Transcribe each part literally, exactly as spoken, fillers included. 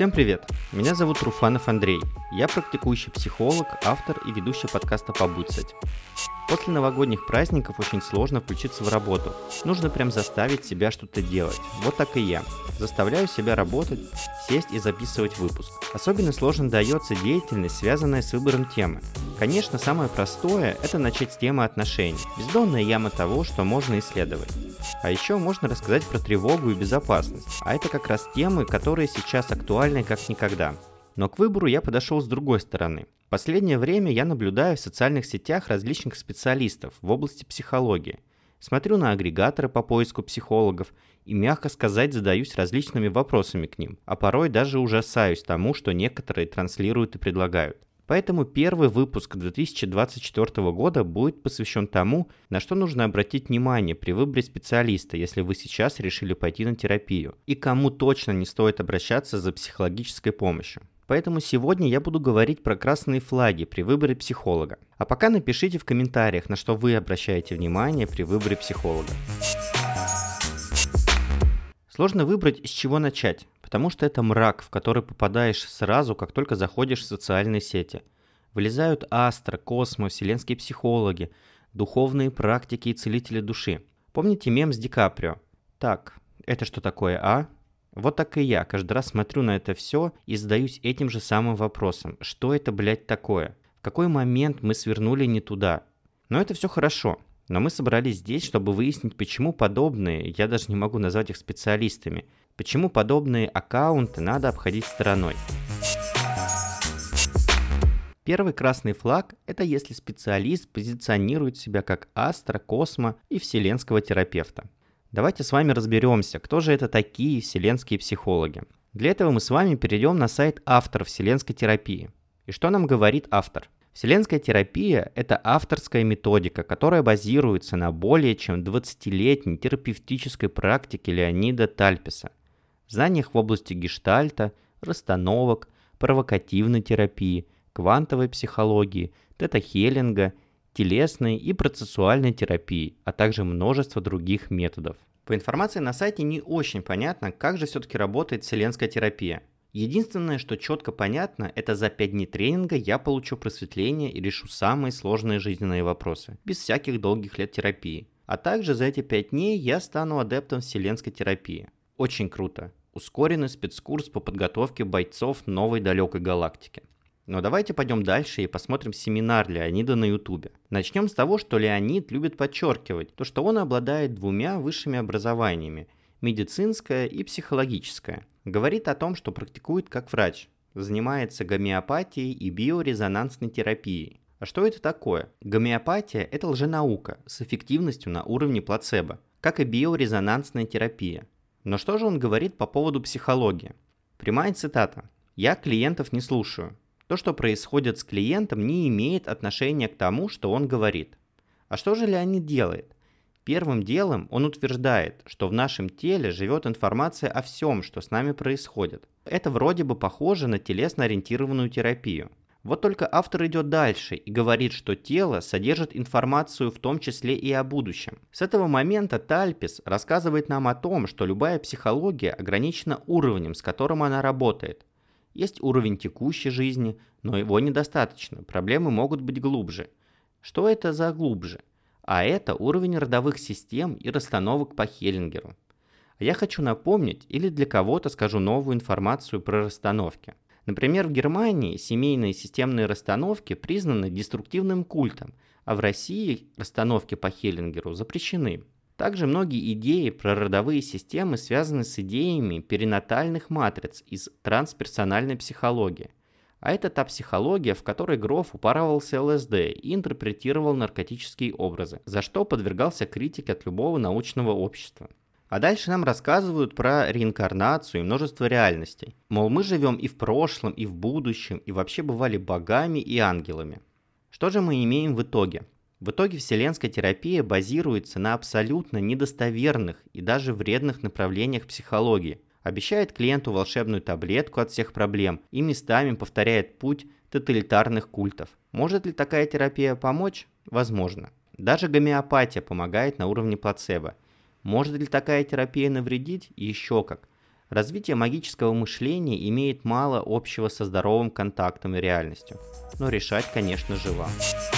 Всем привет! Меня зовут Руфанов Андрей. Я практикующий психолог, автор и ведущий подкаста «Побудь с этим». После новогодних праздников очень сложно включиться в работу. Нужно прям заставить себя что-то делать. Вот так и я. Заставляю себя работать, сесть и записывать выпуск. Особенно сложно дается деятельность, связанная с выбором темы. Конечно, самое простое – это начать с темы отношений. Бездонная яма того, что можно исследовать. А еще можно рассказать про тревогу и безопасность. А это как раз темы, которые сейчас актуальны как никогда. Но к выбору я подошел с другой стороны. В последнее время я наблюдаю в социальных сетях различных специалистов в области психологии. Смотрю на агрегаторы по поиску психологов и, мягко сказать, задаюсь различными вопросами к ним, а порой даже ужасаюсь тому, что некоторые транслируют и предлагают. Поэтому первый выпуск две тысячи двадцать четвёртого года будет посвящен тому, на что нужно обратить внимание при выборе специалиста, если вы сейчас решили пойти на терапию, и кому точно не стоит обращаться за психологической помощью. Поэтому сегодня я буду говорить про красные флаги при выборе психолога. А пока напишите в комментариях, на что вы обращаете внимание при выборе психолога. Сложно выбрать, с чего начать, потому что это мрак, в который попадаешь сразу, как только заходишь в социальные сети. Вылезают астро, космо, вселенские психологи, духовные практики и целители души. Помните мем с Ди Каприо? Так, это что такое, а? Вот так и я каждый раз смотрю на это все и задаюсь этим же самым вопросом. Что это, блядь, такое? В какой момент мы свернули не туда? Но это все хорошо. Но мы собрались здесь, чтобы выяснить, почему подобные, я даже не могу назвать их специалистами, почему подобные аккаунты надо обходить стороной. Первый красный флаг – это если специалист позиционирует себя как астро, космо и вселенского терапевта. Давайте с вами разберемся, кто же это такие вселенские психологи. Для этого мы с вами перейдем на сайт автора вселенской терапии. И что нам говорит автор? Вселенская терапия – это авторская методика, которая базируется на более чем двадцатилетней терапевтической практике Леонида Тальпеса, знаниях в области гештальта, расстановок, провокативной терапии, квантовой психологии, тета-хелинга, телесной и процессуальной терапии, а также множество других методов. По информации на сайте не очень понятно, как же все-таки работает вселенская терапия. Единственное, что четко понятно, это за пять дней тренинга я получу просветление и решу самые сложные жизненные вопросы, без всяких долгих лет терапии. А также за эти пять дней я стану адептом вселенской терапии. Очень круто. Ускоренный спецкурс по подготовке бойцов новой далекой галактики. Но давайте пойдем дальше и посмотрим семинар Леонида на ютубе. Начнем с того, что Леонид любит подчеркивать, то, что он обладает двумя высшими образованиями – медицинское и психологическое. Говорит о том, что практикует как врач, занимается гомеопатией и биорезонансной терапией. А что это такое? Гомеопатия – это лженаука с эффективностью на уровне плацебо, как и биорезонансная терапия. Но что же он говорит по поводу психологии? Прямая цитата. «Я клиентов не слушаю. То, что происходит с клиентом, не имеет отношения к тому, что он говорит». А что же Леонид делает? Первым делом он утверждает, что в нашем теле живет информация о всем, что с нами происходит. Это вроде бы похоже на телесно-ориентированную терапию. Вот только автор идет дальше и говорит, что тело содержит информацию в том числе и о будущем. С этого момента Тальпес рассказывает нам о том, что любая психология ограничена уровнем, с которым она работает. Есть уровень текущей жизни, но его недостаточно, проблемы могут быть глубже. Что это за глубже? А это уровень родовых систем и расстановок по Хеллингеру. А я хочу напомнить или для кого-то скажу новую информацию про расстановки. Например, в Германии семейные системные расстановки признаны деструктивным культом, а в России расстановки по Хеллингеру запрещены. Также многие идеи про родовые системы связаны с идеями перинатальных матриц из трансперсональной психологии. А это та психология, в которой Гроф упарывался ЛСД и интерпретировал наркотические образы, за что подвергался критике от любого научного общества. А дальше нам рассказывают про реинкарнацию и множество реальностей. Мол, мы живем и в прошлом, и в будущем, и вообще бывали богами и ангелами. Что же мы имеем в итоге? В итоге вселенская терапия базируется на абсолютно недостоверных и даже вредных направлениях психологии. Обещает клиенту волшебную таблетку от всех проблем и местами повторяет путь тоталитарных культов. Может ли такая терапия помочь? Возможно. Даже гомеопатия помогает на уровне плацебо. Может ли такая терапия навредить? Еще как. Развитие магического мышления имеет мало общего со здоровым контактом и реальностью, но решать, конечно же, вам.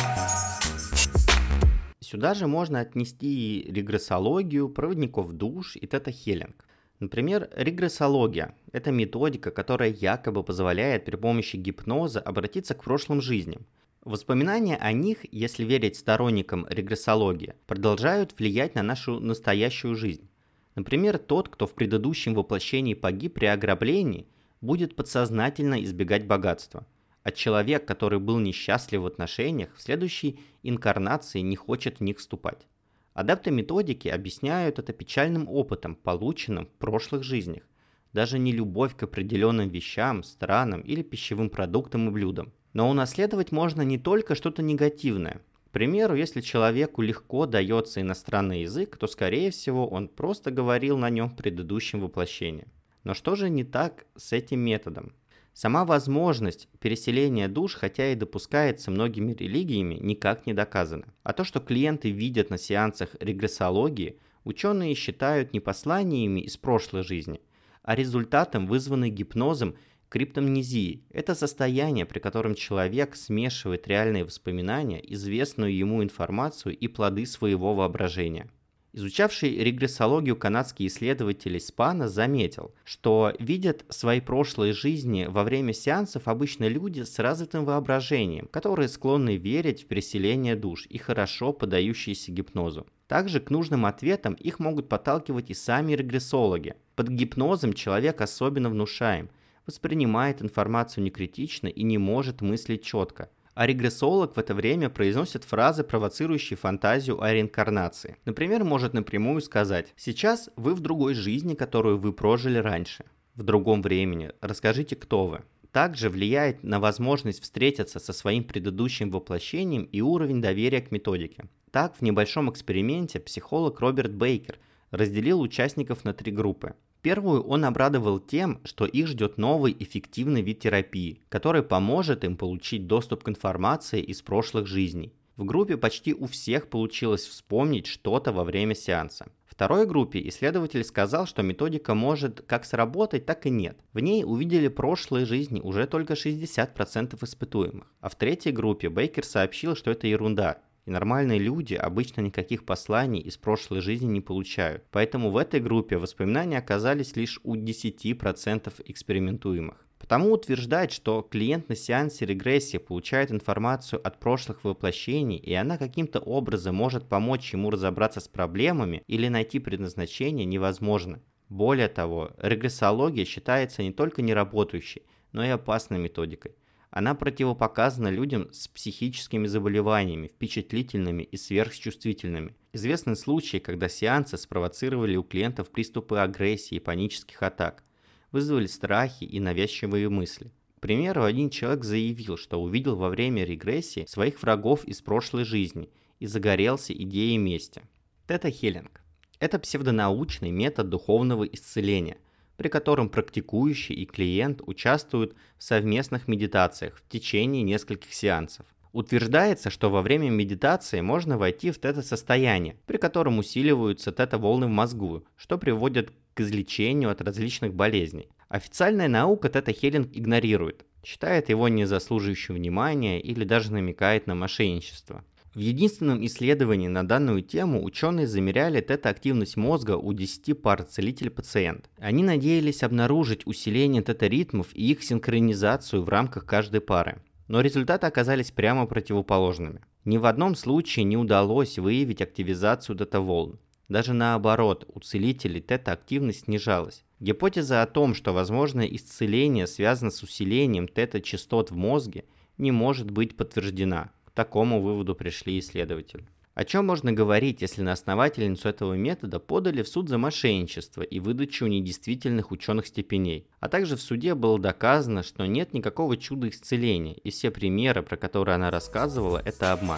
Сюда же можно отнести и регрессологию, проводников душ и тета-хелинг. Например, регрессология – это методика, которая якобы позволяет при помощи гипноза обратиться к прошлым жизням. Воспоминания о них, если верить сторонникам регрессологии, продолжают влиять на нашу настоящую жизнь. Например, тот, кто в предыдущем воплощении погиб при ограблении, будет подсознательно избегать богатства. А человек, который был несчастлив в отношениях, в следующей инкарнации не хочет в них вступать. Адепты методики объясняют это печальным опытом, полученным в прошлых жизнях. Даже не любовь к определенным вещам, странам или пищевым продуктам и блюдам. Но унаследовать можно не только что-то негативное. К примеру, если человеку легко дается иностранный язык, то, скорее всего, он просто говорил на нем в предыдущем воплощении. Но что же не так с этим методом? Сама возможность переселения душ, хотя и допускается многими религиями, никак не доказана. А то, что клиенты видят на сеансах регрессологии, ученые считают не посланиями из прошлой жизни, а результатом, вызванной гипнозом криптомнезии. Это состояние, при котором человек смешивает реальные воспоминания, известную ему информацию и плоды своего воображения. Изучавший регрессологию канадский исследователь Спана заметил, что видят свои прошлые жизни во время сеансов обычно люди с развитым воображением, которые склонны верить в переселение душ и хорошо поддающиеся гипнозу. Также к нужным ответам их могут подталкивать и сами регрессологи. Под гипнозом человек особенно внушаем, воспринимает информацию некритично и не может мыслить четко. А регрессолог в это время произносит фразы, провоцирующие фантазию о реинкарнации. Например, может напрямую сказать: «Сейчас вы в другой жизни, которую вы прожили раньше, в другом времени. Расскажите, кто вы». Также влияет на возможность встретиться со своим предыдущим воплощением и уровень доверия к методике. Так, в небольшом эксперименте психолог Роберт Бейкер разделил участников на три группы. Первую он обрадовал тем, что их ждет новый эффективный вид терапии, который поможет им получить доступ к информации из прошлых жизней. В группе почти у всех получилось вспомнить что-то во время сеанса. Второй группе исследователь сказал, что методика может как сработать, так и нет. В ней увидели прошлые жизни уже только шестьдесят процентов испытуемых. А в третьей группе Бейкер сообщил, что это ерунда. И нормальные люди обычно никаких посланий из прошлой жизни не получают. Поэтому в этой группе воспоминания оказались лишь у десяти процентов экспериментуемых. Потому утверждать, что клиент на сеансе регрессии получает информацию от прошлых воплощений, и она каким-то образом может помочь ему разобраться с проблемами или найти предназначение, невозможно. Более того, регрессология считается не только неработающей, но и опасной методикой. Она противопоказана людям с психическими заболеваниями, впечатлительными и сверхчувствительными. Известны случаи, когда сеансы спровоцировали у клиентов приступы агрессии и панических атак, вызвали страхи и навязчивые мысли. К примеру, один человек заявил, что увидел во время регрессии своих врагов из прошлой жизни и загорелся идеей мести. Тета-хелинг – это псевдонаучный метод духовного исцеления, при котором практикующий и клиент участвуют в совместных медитациях в течение нескольких сеансов. Утверждается, что во время медитации можно войти в тета-состояние, при котором усиливаются тета-волны в мозгу, что приводит к излечению от различных болезней. Официальная наука тета-хелинг игнорирует, считает его незаслуживающим внимания или даже намекает на мошенничество. В единственном исследовании на данную тему ученые замеряли тета-активность мозга у десяти пар целитель-пациент. Они надеялись обнаружить усиление тета-ритмов и их синхронизацию в рамках каждой пары. Но результаты оказались прямо противоположными. Ни в одном случае не удалось выявить активизацию тета-волн. Даже наоборот, у целителей тета-активность снижалась. Гипотеза о том, что возможное исцеление связано с усилением тета-частот в мозге, не может быть подтверждена. К такому выводу пришли исследователи. О чем можно говорить, если на основательницу этого метода подали в суд за мошенничество и выдачу недействительных ученых степеней, а также в суде было доказано, что нет никакого чуда исцеления, и все примеры, про которые она рассказывала, это обман.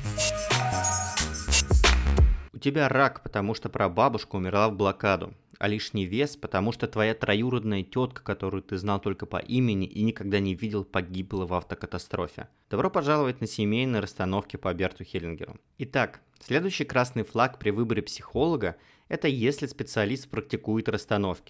У тебя рак, потому что прабабушка умерла в блокаду, а лишний вес, потому что твоя троюродная тетка, которую ты знал только по имени и никогда не видел, погибла в автокатастрофе. Добро пожаловать на семейные расстановки по Берту Хеллингеру. Итак, следующий красный флаг при выборе психолога – это если специалист практикует расстановки.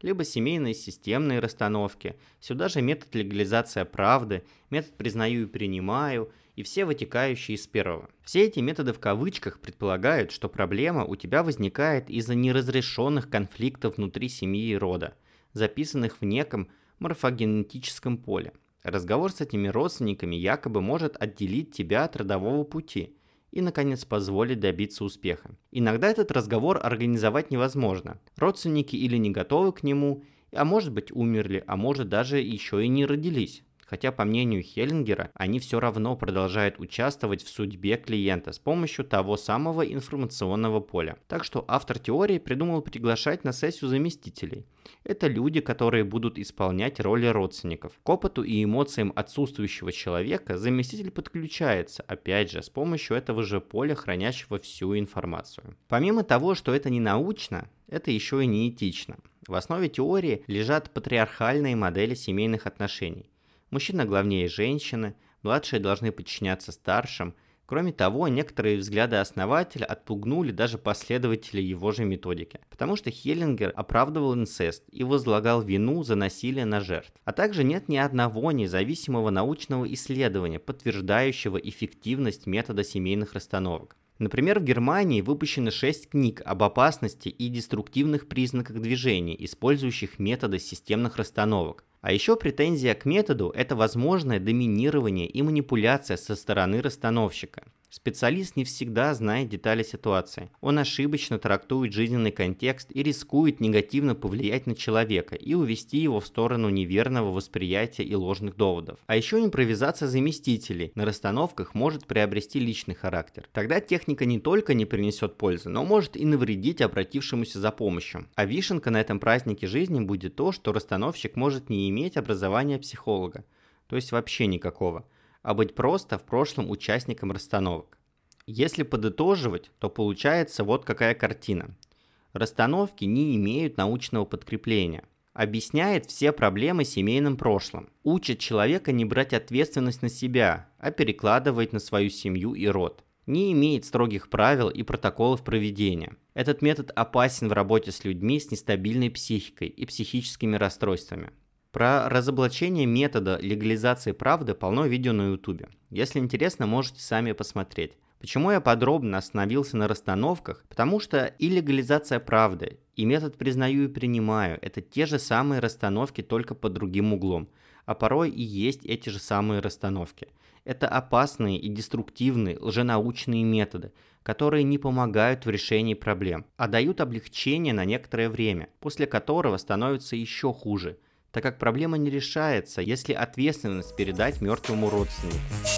либо семейные системные расстановки, сюда же метод легализация правды, метод признаю и принимаю, и все вытекающие из первого. Все эти методы в кавычках предполагают, что проблема у тебя возникает из-за неразрешенных конфликтов внутри семьи и рода, записанных в неком морфогенетическом поле. Разговор с этими родственниками якобы может отделить тебя от родового пути и, наконец, позволить добиться успеха. Иногда этот разговор организовать невозможно. Родственники или не готовы к нему, а может быть умерли, а может даже еще и не родились. Хотя, по мнению Хеллингера, они все равно продолжают участвовать в судьбе клиента с помощью того самого информационного поля. Так что автор теории придумал приглашать на сессию заместителей. Это люди, которые будут исполнять роли родственников. К опыту и эмоциям отсутствующего человека заместитель подключается, опять же, с помощью этого же поля, хранящего всю информацию. Помимо того, что это не научно, это еще и не этично. В основе теории лежат патриархальные модели семейных отношений. Мужчина главнее женщины, младшие должны подчиняться старшим. Кроме того, некоторые взгляды основателя отпугнули даже последователей его же методики, потому что Хеллингер оправдывал инцест и возлагал вину за насилие на жертв. А также нет ни одного независимого научного исследования, подтверждающего эффективность метода семейных расстановок. Например, в Германии выпущено шесть книг об опасности и деструктивных признаках движения, использующих методы системных расстановок. А еще претензия к методу – это возможное доминирование и манипуляция со стороны расстановщика. Специалист не всегда знает детали ситуации. Он ошибочно трактует жизненный контекст и рискует негативно повлиять на человека и увести его в сторону неверного восприятия и ложных доводов. А еще импровизация заместителей на расстановках может приобрести личный характер. Тогда техника не только не принесет пользы, но может и навредить обратившемуся за помощью. А вишенка на этом празднике жизни будет то, что расстановщик может не иметь образования психолога, то есть вообще никакого, а быть просто в прошлом участником расстановок. Если подытоживать, то получается вот какая картина. Расстановки не имеют научного подкрепления. Объясняет все проблемы семейным прошлым. Учит человека не брать ответственность на себя, а перекладывать на свою семью и род. Не имеет строгих правил и протоколов проведения. Этот метод опасен в работе с людьми с нестабильной психикой и психическими расстройствами. Про разоблачение метода легализации правды полно видео на ютубе. Если интересно, можете сами посмотреть. Почему я подробно остановился на расстановках? Потому что и легализация правды, и метод признаю и принимаю – это те же самые расстановки, только под другим углом. А порой и есть эти же самые расстановки. Это опасные и деструктивные лженаучные методы, которые не помогают в решении проблем, а дают облегчение на некоторое время, после которого становится еще хуже, так как проблема не решается, если ответственность передать мертвому родственнику.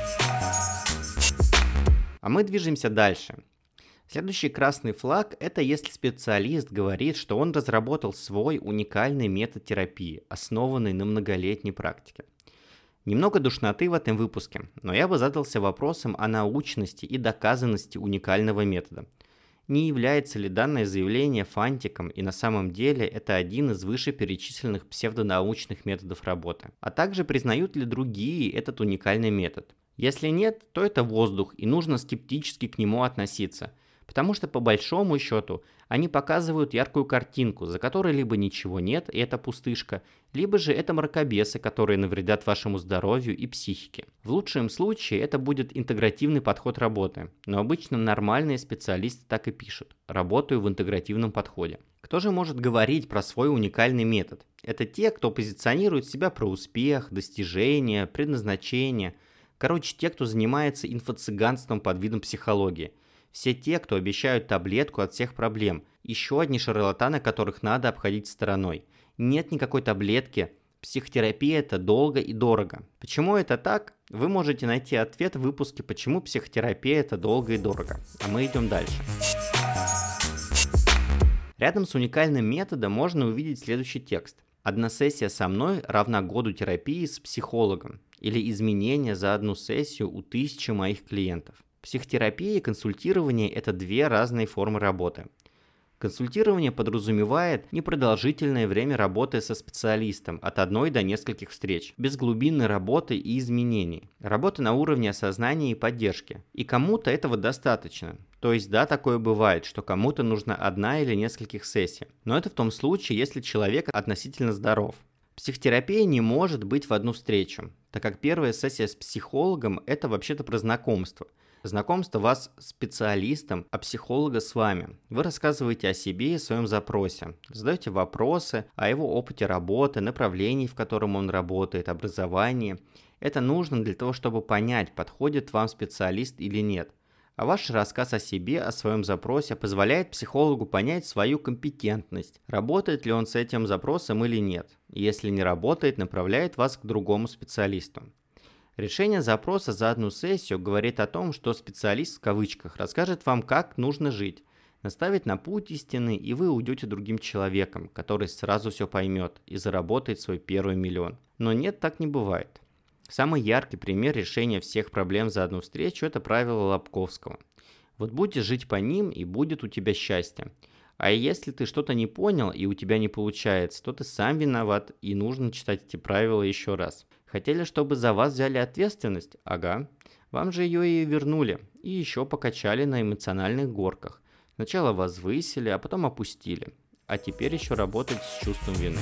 А мы движемся дальше. Следующий красный флаг – это если специалист говорит, что он разработал свой уникальный метод терапии, основанный на многолетней практике. Немного душноты в этом выпуске, но я бы задался вопросом о научности и доказанности уникального метода. Не является ли данное заявление фантиком, и на самом деле это один из вышеперечисленных псевдонаучных методов работы? А также признают ли другие этот уникальный метод? Если нет, то это воздух, и нужно скептически к нему относиться, потому что по большому счету они показывают яркую картинку, за которой либо ничего нет, и это пустышка, либо же это мракобесы, которые навредят вашему здоровью и психике. В лучшем случае это будет интегративный подход работы, но обычно нормальные специалисты так и пишут: работаю в интегративном подходе. Кто же может говорить про свой уникальный метод? Это те, кто позиционирует себя про успех, достижения, предназначение. Короче, те, кто занимается инфо-цыганством под видом психологии. Все те, кто обещают таблетку от всех проблем. Еще одни шарлатаны, которых надо обходить стороной. Нет никакой таблетки. Психотерапия – это долго и дорого. Почему это так? Вы можете найти ответ в выпуске «Почему психотерапия – это долго и дорого». А мы идем дальше. Рядом с уникальным методом можно увидеть следующий текст. Одна сессия со мной равна году терапии с психологом. Или изменения за одну сессию у тысячи моих клиентов. Психотерапия и консультирование – это две разные формы работы. Консультирование подразумевает непродолжительное время работы со специалистом от одной до нескольких встреч, без глубинной работы и изменений. Работа на уровне осознания и поддержки. И кому-то этого достаточно. То есть да, такое бывает, что кому-то нужна одна или нескольких сессий. Но это в том случае, если человек относительно здоров. Психотерапия не может быть в одну встречу, так как первая сессия с психологом – это вообще-то про знакомство. Знакомство вас с специалистом, а психолога с вами. Вы рассказываете о себе и своем запросе, задаете вопросы о его опыте работы, направлении, в котором он работает, образовании. Это нужно для того, чтобы понять, подходит вам специалист или нет. А ваш рассказ о себе, о своем запросе позволяет психологу понять свою компетентность, работает ли он с этим запросом или нет. Если не работает, направляет вас к другому специалисту. Решение запроса за одну сессию говорит о том, что специалист в кавычках расскажет вам, как нужно жить, наставит на путь истины, и вы уйдете другим человеком, который сразу все поймет и заработает свой первый миллион. Но нет, так не бывает. Самый яркий пример решения всех проблем за одну встречу – это правило Лобковского. Вот будешь жить по ним, и будет у тебя счастье. А если ты что-то не понял, и у тебя не получается, то ты сам виноват, и нужно читать эти правила еще раз. Хотели, чтобы за вас взяли ответственность? Ага. Вам же ее и вернули, и еще покачали на эмоциональных горках. Сначала возвысили, а потом опустили. А теперь еще работать с чувством вины.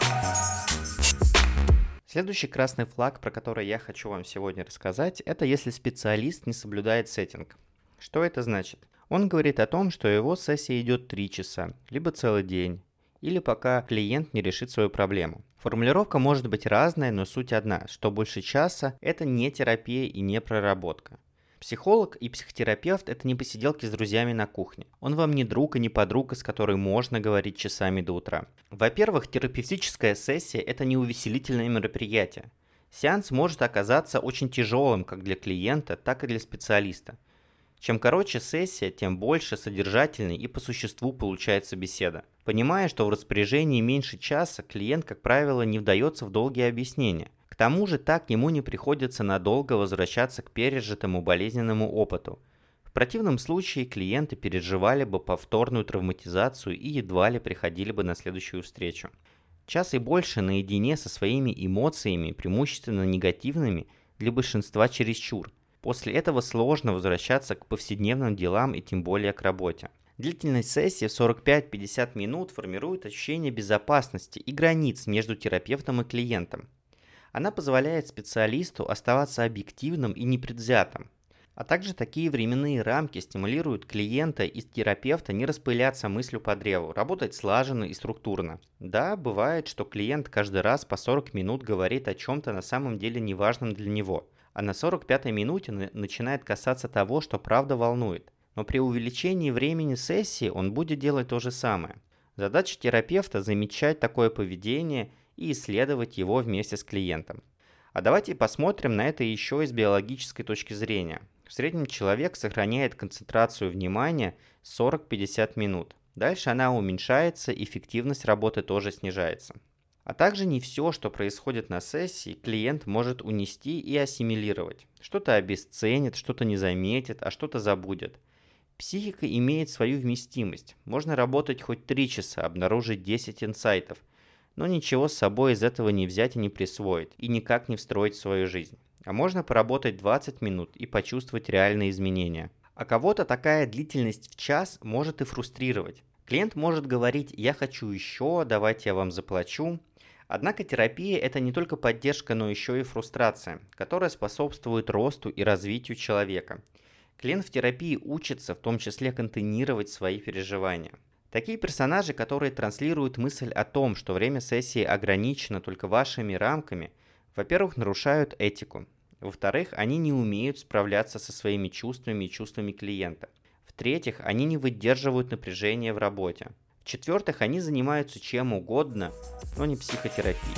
Следующий красный флаг, про который я хочу вам сегодня рассказать, это если специалист не соблюдает сеттинг. Что это значит? Он говорит о том, что его сессия идет три часа, либо целый день, или пока клиент не решит свою проблему. Формулировка может быть разная, но суть одна, что больше часа – это не терапия и не проработка. Психолог и психотерапевт – это не посиделки с друзьями на кухне. Он вам не друг и не подруга, с которой можно говорить часами до утра. Во-первых, терапевтическая сессия – это не увеселительное мероприятие. Сеанс может оказаться очень тяжелым как для клиента, так и для специалиста. Чем короче сессия, тем больше содержательной и по существу получается беседа. Понимая, что в распоряжении меньше часа, клиент, как правило, не вдается в долгие объяснения. К тому же так ему не приходится надолго возвращаться к пережитому болезненному опыту. В противном случае клиенты переживали бы повторную травматизацию и едва ли приходили бы на следующую встречу. Час и больше наедине со своими эмоциями, преимущественно негативными, для большинства чересчур. После этого сложно возвращаться к повседневным делам и тем более к работе. Длительность сессии в сорок пять-пятьдесят минут формирует ощущение безопасности и границ между терапевтом и клиентом. Она позволяет специалисту оставаться объективным и непредвзятым. А также такие временные рамки стимулируют клиента и терапевта не распыляться мыслью по древу, работать слаженно и структурно. Да, бывает, что клиент каждый раз по сорок минут говорит о чем-то на самом деле неважном для него, а на сорок пятой минуте начинает касаться того, что правда волнует. Но при увеличении времени сессии он будет делать то же самое. Задача терапевта – замечать такое поведение и исследовать его вместе с клиентом. А давайте посмотрим на это еще и с биологической точки зрения. В среднем человек сохраняет концентрацию внимания сорок-пятьдесят минут. Дальше она уменьшается, эффективность работы тоже снижается. А также не все, что происходит на сессии, клиент может унести и ассимилировать. Что-то обесценит, что-то не заметит, а что-то забудет. Психика имеет свою вместимость. Можно работать хоть три часа, обнаружить десять инсайтов, но ничего с собой из этого не взять и не присвоить, и никак не встроить в свою жизнь. А можно поработать двадцать минут и почувствовать реальные изменения. А кого-то такая длительность в час может и фрустрировать. Клиент может говорить: «Я хочу еще, давайте я вам заплачу». Однако терапия – это не только поддержка, но еще и фрустрация, которая способствует росту и развитию человека. Клиент в терапии учится в том числе контейнировать свои переживания. Такие персонажи, которые транслируют мысль о том, что время сессии ограничено только вашими рамками, во-первых, нарушают этику. Во-вторых, они не умеют справляться со своими чувствами и чувствами клиента. В-третьих, они не выдерживают напряжения в работе. В-четвертых, они занимаются чем угодно, но не психотерапией.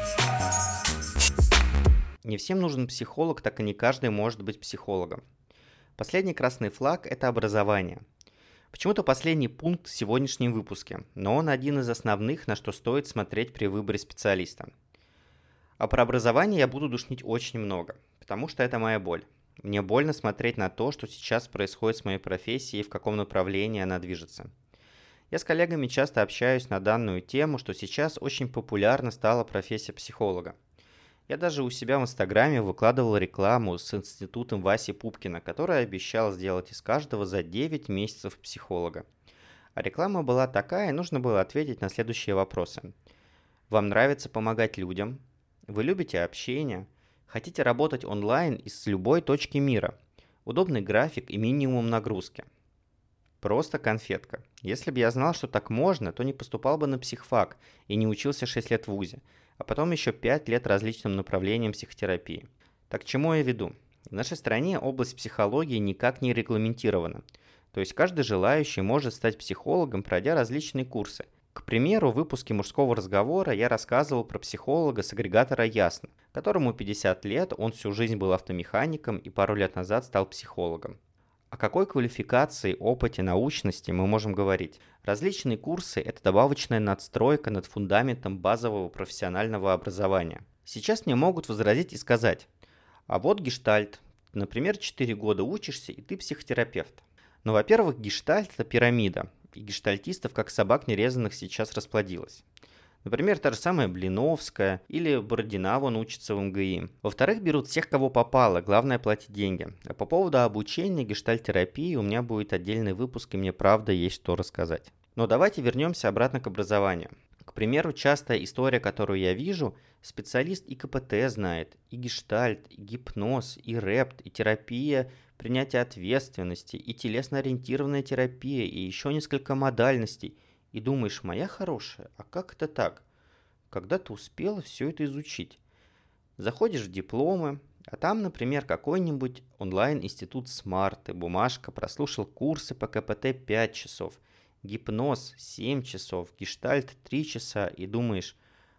Не всем нужен психолог, так и не каждый может быть психологом. Последний красный флаг – это образование. Почему-то последний пункт в сегодняшнем выпуске, но он один из основных, на что стоит смотреть при выборе специалиста. А про образование я буду душнить очень много, потому что это моя боль. Мне больно смотреть на то, что сейчас происходит с моей профессией и в каком направлении она движется. Я с коллегами часто общаюсь на данную тему, что сейчас очень популярна стала профессия психолога. Я даже у себя в Инстаграме выкладывал рекламу с институтом Васи Пупкина, который обещал сделать из каждого за девять месяцев психолога. А реклама была такая, нужно было ответить на следующие вопросы. Вам нравится помогать людям? Вы любите общение? Хотите работать онлайн из любой точки мира? Удобный график и минимум нагрузки. Просто конфетка. Если бы я знал, что так можно, то не поступал бы на психфак и не учился шесть лет в вузе, а потом еще пять лет различным направлениям психотерапии. Так к чему я веду? В нашей стране область психологии никак не регламентирована. То есть каждый желающий может стать психологом, пройдя различные курсы. К примеру, в выпуске «Мужского разговора» я рассказывал про психолога с агрегатора Ясно, которому пятьдесят лет, он всю жизнь был автомехаником и пару лет назад стал психологом. О какой квалификации, опыте, научности мы можем говорить? Различные курсы – это добавочная надстройка над фундаментом базового профессионального образования. Сейчас мне могут возразить и сказать, а вот гештальт, например, четыре года учишься и ты психотерапевт. Но, во-первых, гештальт – это пирамида, и гештальтистов, как собак нерезанных, сейчас расплодилось. Например, та же самая Блиновская или Бородина вон учится в эм гэ и. Во-вторых, берут всех, кого попало, главное платить деньги. А по поводу обучения гештальт-терапии у меня будет отдельный выпуск, и мне правда есть что рассказать. Но давайте вернемся обратно к образованию. К примеру, частая история, которую я вижу, специалист и ка пэ тэ знает, и гештальт, и гипноз, и рэпт, и терапия, принятие ответственности, и телесно-ориентированная терапия, и еще несколько модальностей. И думаешь, моя хорошая, а как это так? Когда ты успела все это изучить? Заходишь в дипломы, а там, например, какой-нибудь онлайн-институт смарт, и бумажка, прослушал курсы по ка пэ тэ пять часов, гипноз семь часов, гештальт три часа, и думаешь,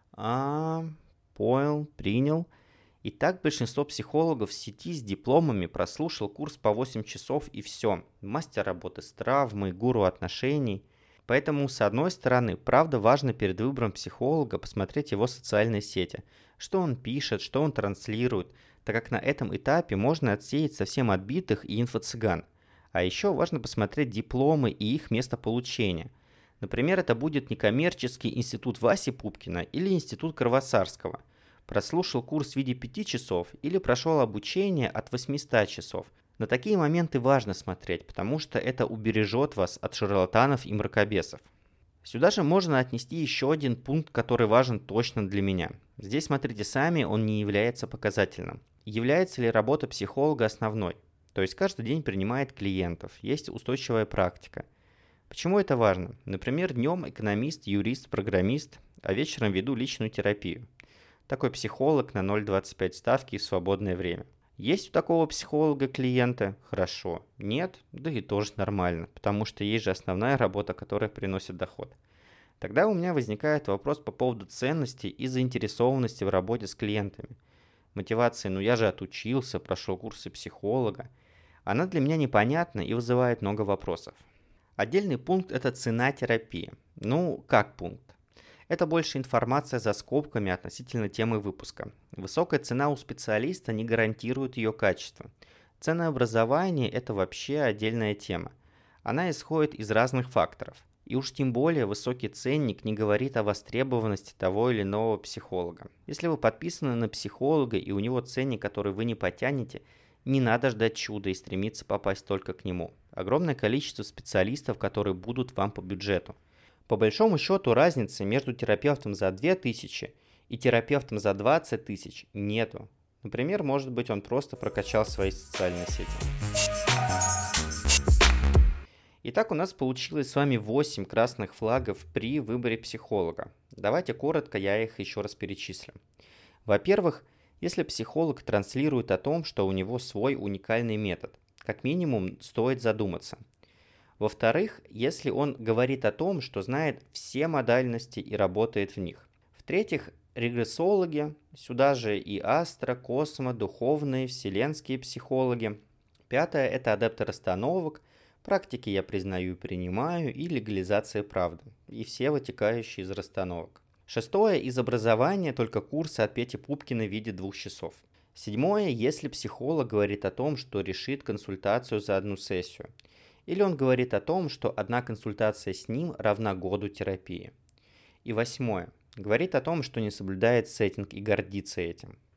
а, понял, принял. И так большинство психологов в сети с дипломами прослушал курс по восемь часов и все. Мастер работы с травмой, гуру отношений. Поэтому, с одной стороны, правда важно перед выбором психолога посмотреть его социальные сети, что он пишет, что он транслирует, так как на этом этапе можно отсеять совсем отбитых и инфо-цыган. А еще важно посмотреть дипломы и их место получения. Например, это будет некоммерческий институт Васи Пупкина или институт Кровосарского. Прослушал курс в виде пяти часов или прошел обучение от восьмисот часов. На такие моменты важно смотреть, потому что это убережет вас от шарлатанов и мракобесов. Сюда же можно отнести еще один пункт, который важен точно для меня. Здесь смотрите сами, он не является показательным. Является ли работа психолога основной? То есть каждый день принимает клиентов, есть устойчивая практика. Почему это важно? Например, днем экономист, юрист, программист, а вечером веду личную терапию. Такой психолог на ноль целых двадцать пять сотых ставки в свободное время. Есть у такого психолога клиенты? Хорошо. Нет? Да и тоже нормально, потому что есть же основная работа, которая приносит доход. Тогда у меня возникает вопрос по поводу ценности и заинтересованности в работе с клиентами. Мотивация, ну я же отучился, прошел курсы психолога. Она для меня непонятна и вызывает много вопросов. Отдельный пункт – это цена терапии. Ну, как пункт? Это больше информация за скобками относительно темы выпуска. Высокая цена у специалиста не гарантирует ее качество. Ценообразование – это вообще отдельная тема. Она исходит из разных факторов. И уж тем более высокий ценник не говорит о востребованности того или иного психолога. Если вы подписаны на психолога и у него ценник, который вы не потянете, не надо ждать чуда и стремиться попасть только к нему. Огромное количество специалистов, которые будут вам по бюджету. По большому счету разницы между терапевтом за две тысячи и терапевтом за двадцать тысяч нету. Например, может быть, он просто прокачал свои социальные сети. Итак, у нас получилось с вами восемь красных флагов при выборе психолога. Давайте коротко я их еще раз перечислю. Во-первых, если психолог транслирует о том, что у него свой уникальный метод, как минимум стоит задуматься. Во-вторых, если он говорит о том, что знает все модальности и работает в них. В-третьих, регрессологи, сюда же и астро, космо, духовные, вселенские психологи. Пятое – это адепты расстановок, практики я признаю и принимаю, и легализация правды, и все вытекающие из расстановок. Шестое – из образования только курсы от Пети Пупкина в виде двух часов. Седьмое – если психолог говорит о том, что решит консультацию за одну сессию. Или он говорит о том, что одна консультация с ним равна году терапии. И восьмое. Говорит о том, что не соблюдает сеттинг и гордится этим.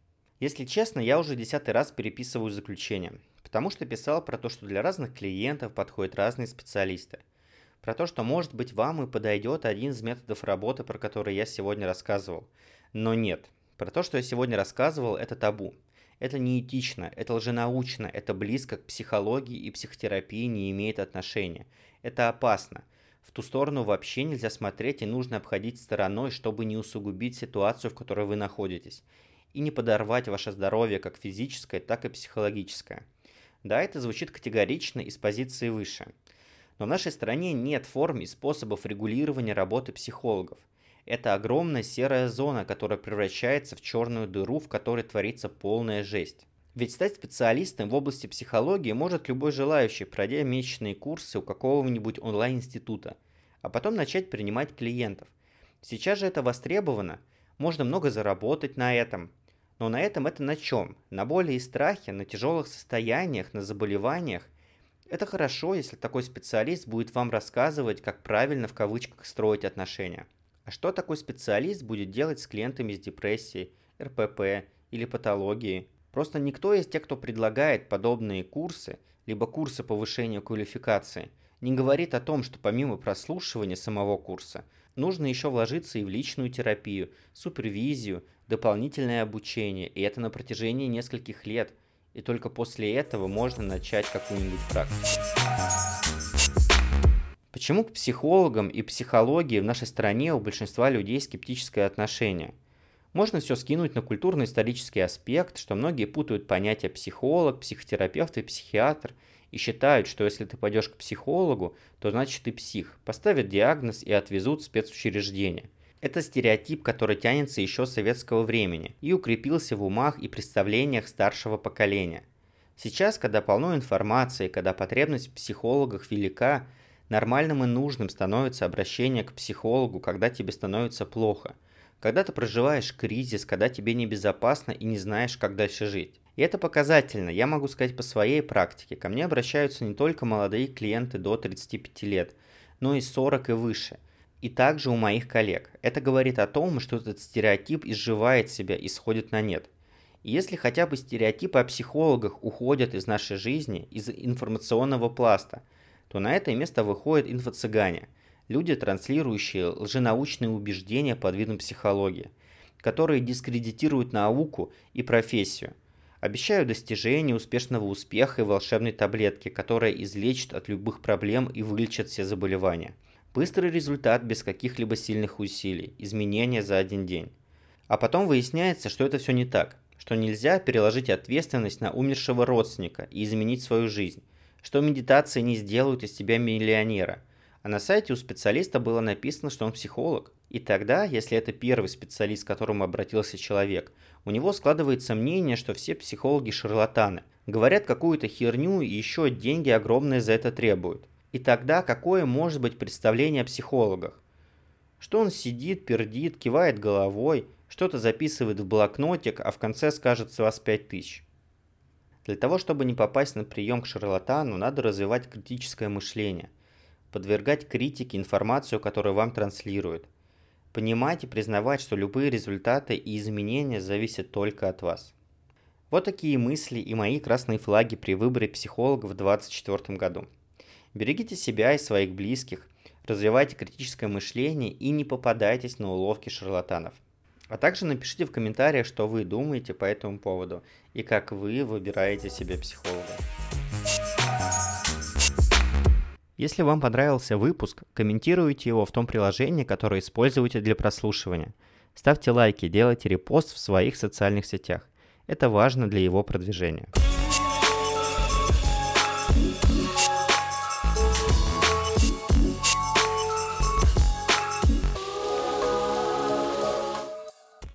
Если честно, я уже десятый раз переписываю заключение, потому что писал про то, что для разных клиентов подходят разные специалисты. Про то, что, может быть, вам и подойдет один из методов работы, про который я сегодня рассказывал. Но нет. Про то, что я сегодня рассказывал, это табу. Это неэтично, это лженаучно, это близко к психологии и психотерапии не имеет отношения. Это опасно. В ту сторону вообще нельзя смотреть и нужно обходить стороной, чтобы не усугубить ситуацию, в которой вы находитесь. И не подорвать ваше здоровье как физическое, так и психологическое. Да, это звучит категорично и с позиции выше. Но в нашей стране нет форм и способов регулирования работы психологов. Это огромная серая зона, которая превращается в черную дыру, в которой творится полная жесть. Ведь стать специалистом в области психологии может любой желающий, пройдя месячные курсы у какого-нибудь онлайн-института, а потом начать принимать клиентов. Сейчас же это востребовано, можно много заработать на этом. Но на этом это на чем? На боли и страхе, на тяжелых состояниях, на заболеваниях. Это хорошо, если такой специалист будет вам рассказывать, как правильно в кавычках строить отношения. А что такой специалист будет делать с клиентами с депрессией, эр пэ пэ или патологией? Просто никто из тех, кто предлагает подобные курсы, либо курсы повышения квалификации, не говорит о том, что помимо прослушивания самого курса, нужно еще вложиться и в личную терапию, супервизию, дополнительное обучение, и это на протяжении нескольких лет, и только после этого можно начать какую-нибудь практику. Почему к психологам и психологии в нашей стране у большинства людей скептическое отношение? Можно все скинуть на культурно-исторический аспект, что многие путают понятия психолог, психотерапевт и психиатр и считают, что если ты пойдешь к психологу, то значит ты псих, поставят диагноз и отвезут в спецучреждение. Это стереотип, который тянется еще с советского времени и укрепился в умах и представлениях старшего поколения. Сейчас, когда полно информации, когда потребность в психологах велика, нормальным и нужным становится обращение к психологу, когда тебе становится плохо. Когда ты проживаешь кризис, когда тебе небезопасно и не знаешь, как дальше жить. И это показательно, я могу сказать по своей практике. Ко мне обращаются не только молодые клиенты до тридцати пяти лет, но и сорок и выше. И также у моих коллег. Это говорит о том, что этот стереотип изживает себя и сходит на нет. И если хотя бы стереотипы о психологах уходят из нашей жизни, из информационного пласта, то на это место выходят инфо-цыгане. Люди, транслирующие лженаучные убеждения под видом психологии, которые дискредитируют науку и профессию, обещают достижение успешного успеха и волшебной таблетки, которая излечит от любых проблем и вылечит все заболевания. Быстрый результат без каких-либо сильных усилий, изменения за один день. А потом выясняется, что это все не так, что нельзя переложить ответственность на умершего родственника и изменить свою жизнь, что медитации не сделают из тебя миллионера. А на сайте у специалиста было написано, что он психолог. И тогда, если это первый специалист, к которому обратился человек, у него складывается мнение, что все психологи шарлатаны. Говорят какую-то херню и еще деньги огромные за это требуют. И тогда какое может быть представление о психологах? Что он сидит, пердит, кивает головой, что-то записывает в блокнотик, а в конце скажет с вас пять тысяч. Для того, чтобы не попасть на прием к шарлатану, надо развивать критическое мышление. Подвергать критике информацию, которую вам транслируют. Понимать и признавать, что любые результаты и изменения зависят только от вас. Вот такие мысли и мои красные флаги при выборе психолога в две тысячи двадцать четвёртом году. Берегите себя и своих близких, развивайте критическое мышление и не попадайтесь на уловки шарлатанов. А также напишите в комментариях, что вы думаете по этому поводу и как вы выбираете себе психолога. Если вам понравился выпуск, комментируйте его в том приложении, которое используете для прослушивания. Ставьте лайки, делайте репост в своих социальных сетях. Это важно для его продвижения.